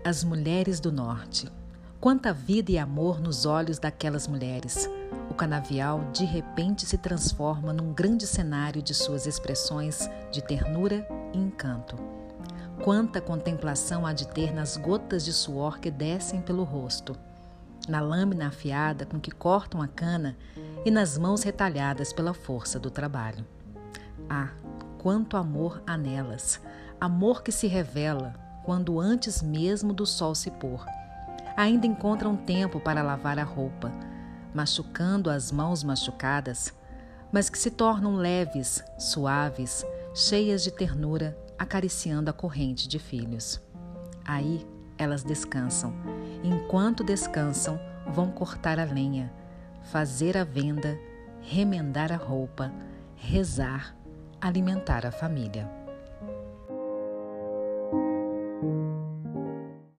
As mulheres do norte. Quanta vida e amor nos olhos daquelas mulheres. O canavial de repente se transforma num grande cenário de suas expressões de ternura e encanto. Quanta contemplação há de ter nas gotas de suor que descem pelo rosto, na lâmina afiada com que cortam a cana e nas mãos retalhadas pela força do trabalho. Ah, quanto amor há nelas, amor que se revela quando antes mesmo do sol se pôr. Ainda encontram tempo para lavar a roupa, machucando as mãos machucadas, mas que se tornam leves, suaves, cheias de ternura, acariciando a corrente de filhos. Aí elas descansam. Enquanto descansam, vão cortar a lenha, fazer a venda, remendar a roupa, rezar, alimentar a família.